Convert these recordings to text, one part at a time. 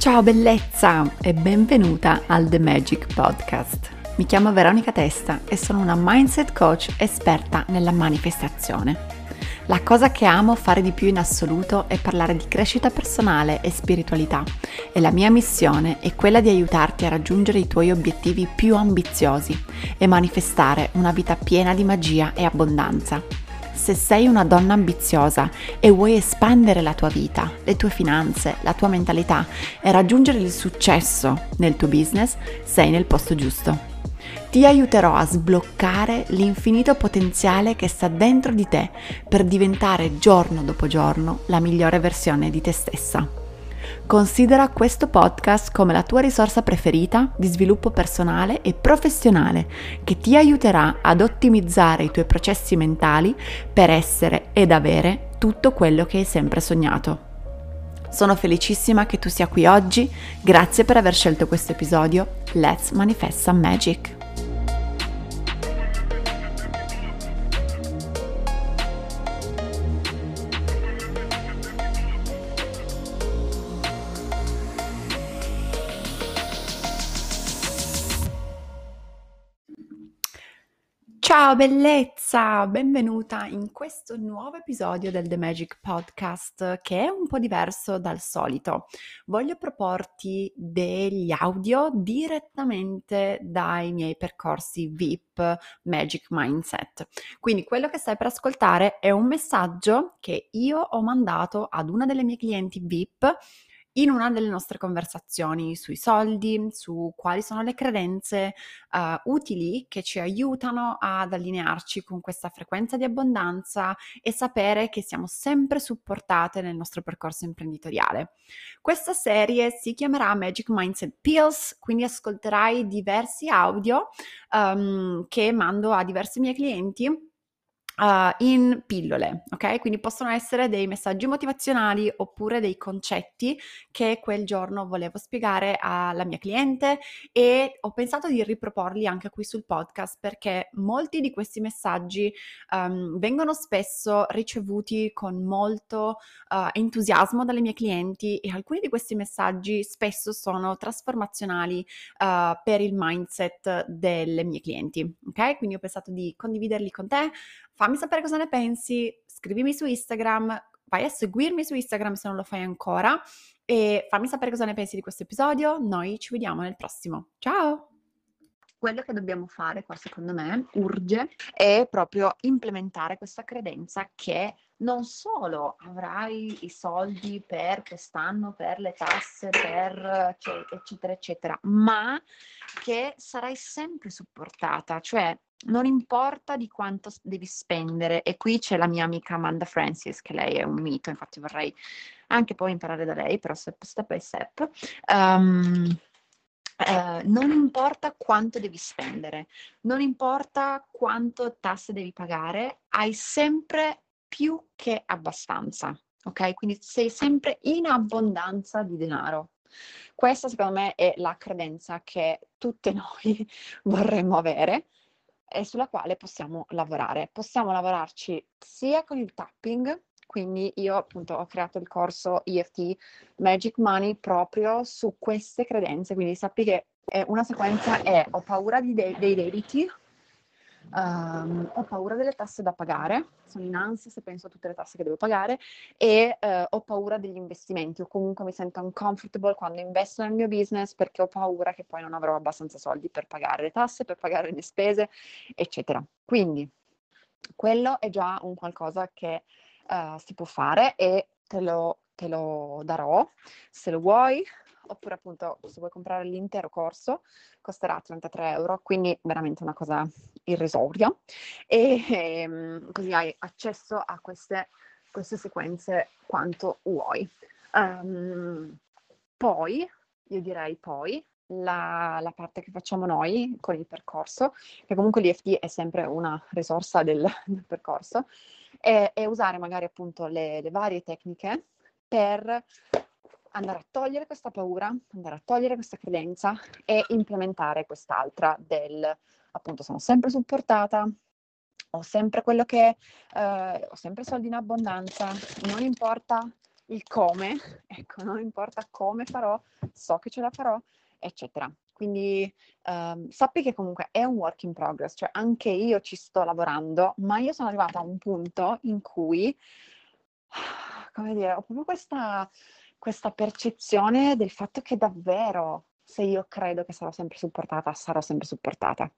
Ciao bellezza e benvenuta al The Magic Podcast. Mi chiamo Veronica Testa e sono una mindset coach esperta nella manifestazione. La cosa che amo fare di più in assoluto è parlare di crescita personale e spiritualità e la mia missione è quella di aiutarti a raggiungere i tuoi obiettivi più ambiziosi e manifestare una vita piena di magia e abbondanza. Se sei una donna ambiziosa e vuoi espandere la tua vita, le tue finanze, la tua mentalità e raggiungere il successo nel tuo business, sei nel posto giusto. Ti aiuterò a sbloccare l'infinito potenziale che sta dentro di te per diventare giorno dopo giorno la migliore versione di te stessa. Considera questo podcast come la tua risorsa preferita di sviluppo personale e professionale che ti aiuterà ad ottimizzare i tuoi processi mentali per essere ed avere tutto quello che hai sempre sognato. Sono felicissima che tu sia qui oggi, grazie per aver scelto questo episodio. Let's manifest some magic! Ciao bellezza, benvenuta in questo nuovo episodio del The Magic Podcast che è un po' diverso dal solito. Voglio proporti degli audio direttamente dai miei percorsi VIP Magic Mindset. Quindi quello che stai per ascoltare è un messaggio che io ho mandato ad una delle mie clienti VIP in una delle nostre conversazioni sui soldi, su quali sono le credenze utili che ci aiutano ad allinearci con questa frequenza di abbondanza e sapere che siamo sempre supportate nel nostro percorso imprenditoriale. Questa serie si chiamerà Magic Mindset Pills, quindi ascolterai diversi audio che mando a diversi miei clienti in pillole, ok? Quindi possono essere dei messaggi motivazionali oppure dei concetti che quel giorno volevo spiegare alla mia cliente e ho pensato di riproporli anche qui sul podcast perché molti di questi messaggi vengono spesso ricevuti con molto entusiasmo dalle mie clienti e alcuni di questi messaggi spesso sono trasformazionali per il mindset delle mie clienti, ok? Quindi ho pensato di condividerli con te. Fammi sapere cosa ne pensi, scrivimi su Instagram, vai a seguirmi su Instagram se non lo fai ancora e fammi sapere cosa ne pensi di questo episodio. Noi ci vediamo nel prossimo. Ciao! Quello che dobbiamo fare qua, secondo me, urge, è proprio implementare questa credenza che non solo avrai i soldi per quest'anno, per le tasse, per eccetera, eccetera, ma che sarai sempre supportata, cioè non importa di quanto devi spendere. E qui c'è la mia amica Amanda Francis, che lei è un mito, infatti vorrei anche poi imparare da lei, però step by step. Non importa quanto devi spendere, non importa quanto tasse devi pagare, hai sempre più che abbastanza, ok? Quindi sei sempre in abbondanza di denaro. Questa secondo me è la credenza che tutte noi vorremmo avere e sulla quale possiamo lavorare. Possiamo lavorarci sia con il tapping, quindi io appunto ho creato il corso EFT Magic Money proprio su queste credenze, quindi sappi che una sequenza è ho paura dei debiti, ho paura delle tasse da pagare, sono in ansia se penso a tutte le tasse che devo pagare e ho paura degli investimenti o comunque mi sento uncomfortable quando investo nel mio business perché ho paura che poi non avrò abbastanza soldi per pagare le tasse, per pagare le mie spese, eccetera. Quindi quello è già un qualcosa che si può fare e te lo darò se lo vuoi, oppure appunto se vuoi comprare l'intero corso costerà 33 euro, quindi veramente una cosa irrisoria e così hai accesso a queste sequenze quanto vuoi. Poi, io direi poi, la parte che facciamo noi con il percorso, che comunque l'EFT è sempre una risorsa del percorso, è usare magari appunto le varie tecniche per andare a togliere questa paura, andare a togliere questa credenza e implementare quest'altra del appunto sono sempre supportata, ho sempre quello che ho sempre soldi in abbondanza, non importa il come, ecco, non importa come farò, so che ce la farò, eccetera. Quindi sappi che comunque è un work in progress, cioè anche io ci sto lavorando, ma io sono arrivata a un punto in cui, come dire, ho proprio questa percezione del fatto che davvero, se io credo che sarò sempre supportata, sarò sempre supportata.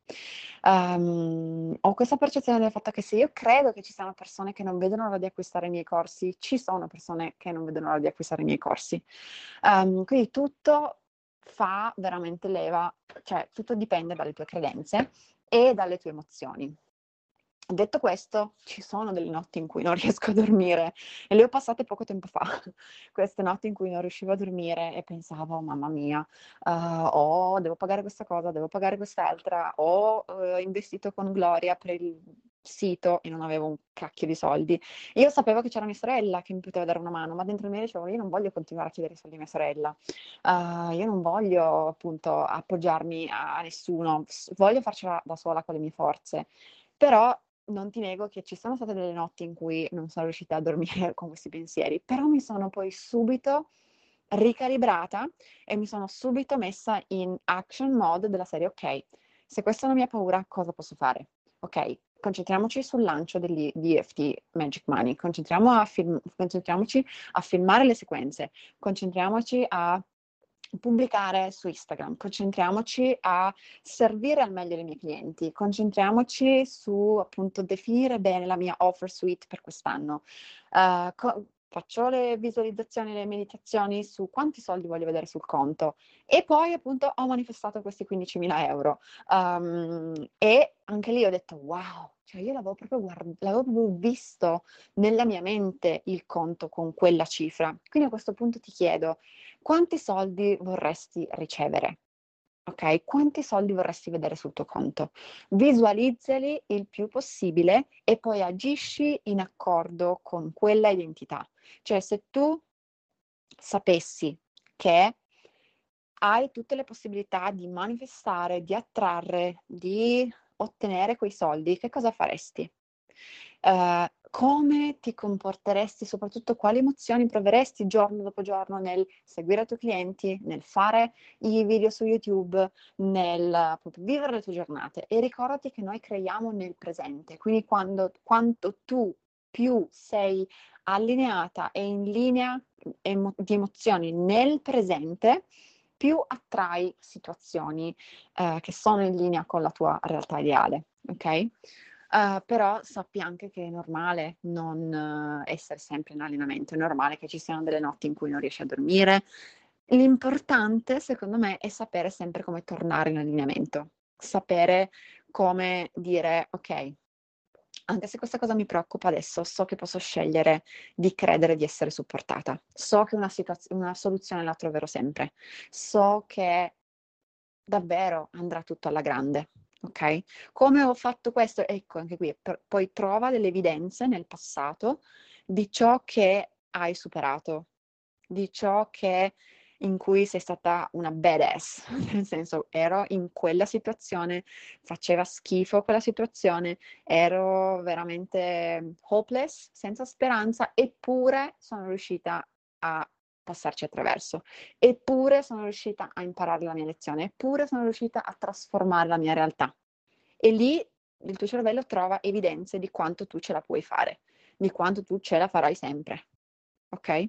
Ho questa percezione del fatto che se io credo che ci siano persone che non vedono l'ora di acquistare i miei corsi, ci sono persone che non vedono l'ora di acquistare i miei corsi. Quindi tutto fa veramente leva, cioè tutto dipende dalle tue credenze e dalle tue emozioni. Detto questo, ci sono delle notti in cui non riesco a dormire e le ho passate poco tempo fa, queste notti in cui non riuscivo a dormire e pensavo, mamma mia, devo pagare questa cosa, devo pagare quest'altra, ho investito con Gloria per il sito e non avevo un cacchio di soldi. Io sapevo che c'era mia sorella che mi poteva dare una mano, ma dentro di me dicevo, io non voglio continuare a chiedere i soldi a mia sorella, io non voglio appunto appoggiarmi a nessuno, voglio farcela da sola con le mie forze. Però non ti nego che ci sono state delle notti in cui non sono riuscita a dormire con questi pensieri, però mi sono poi subito ricalibrata e mi sono subito messa in action mode della serie, ok, se questa è la mia paura, cosa posso fare? Ok, concentriamoci sul lancio di EFT Magic Money, concentriamoci a filmare le sequenze, concentriamoci a pubblicare su Instagram, concentriamoci a servire al meglio i miei clienti, concentriamoci su appunto definire bene la mia offer suite per quest'anno. Faccio le visualizzazioni, le meditazioni su quanti soldi voglio vedere sul conto e poi appunto ho manifestato questi 15.000 euro. E anche lì ho detto wow, cioè io l'avevo proprio visto nella mia mente il conto con quella cifra. Quindi a questo punto ti chiedo, quanti soldi vorresti ricevere? Ok? Quanti soldi vorresti vedere sul tuo conto? Visualizzali il più possibile e poi agisci in accordo con quella identità. Cioè, se tu sapessi che hai tutte le possibilità di manifestare, di attrarre, di ottenere quei soldi, che cosa faresti? Come ti comporteresti, soprattutto quali emozioni proveresti giorno dopo giorno nel seguire i tuoi clienti, nel fare i video su YouTube, nel proprio vivere le tue giornate. E ricordati che noi creiamo nel presente, quindi quanto tu più sei allineata e in linea di emozioni nel presente, più attrai situazioni che sono in linea con la tua realtà ideale, ok? Però sappi anche che è normale non essere sempre in allenamento, è normale che ci siano delle notti in cui non riesci a dormire. L'importante, secondo me, è sapere sempre come tornare in allineamento, sapere come dire, ok, anche se questa cosa mi preoccupa adesso, so che posso scegliere di credere di essere supportata, so che una soluzione la troverò sempre, so che davvero andrà tutto alla grande, ok? Come ho fatto questo? Ecco, anche qui, poi trova delle evidenze nel passato di ciò che hai superato, di ciò che in cui sei stata una badass, nel senso ero in quella situazione, faceva schifo quella situazione, ero veramente hopeless, senza speranza, eppure sono riuscita a passarci attraverso. Eppure sono riuscita a imparare la mia lezione, eppure sono riuscita a trasformare la mia realtà. E lì il tuo cervello trova evidenze di quanto tu ce la puoi fare, di quanto tu ce la farai sempre. Ok?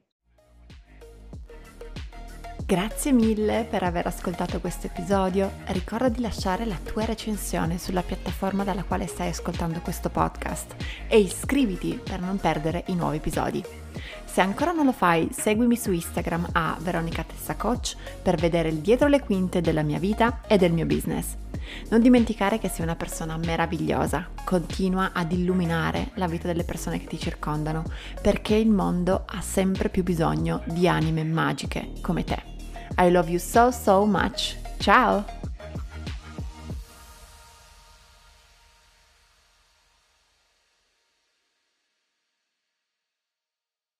Grazie mille per aver ascoltato questo episodio. Ricorda di lasciare la tua recensione sulla piattaforma dalla quale stai ascoltando questo podcast e iscriviti per non perdere i nuovi episodi. Se ancora non lo fai, seguimi su Instagram a Veronica Tessa Coach per vedere il dietro le quinte della mia vita e del mio business. Non dimenticare che sei una persona meravigliosa, continua ad illuminare la vita delle persone che ti circondano, perché il mondo ha sempre più bisogno di anime magiche come te. I love you so much. Ciao!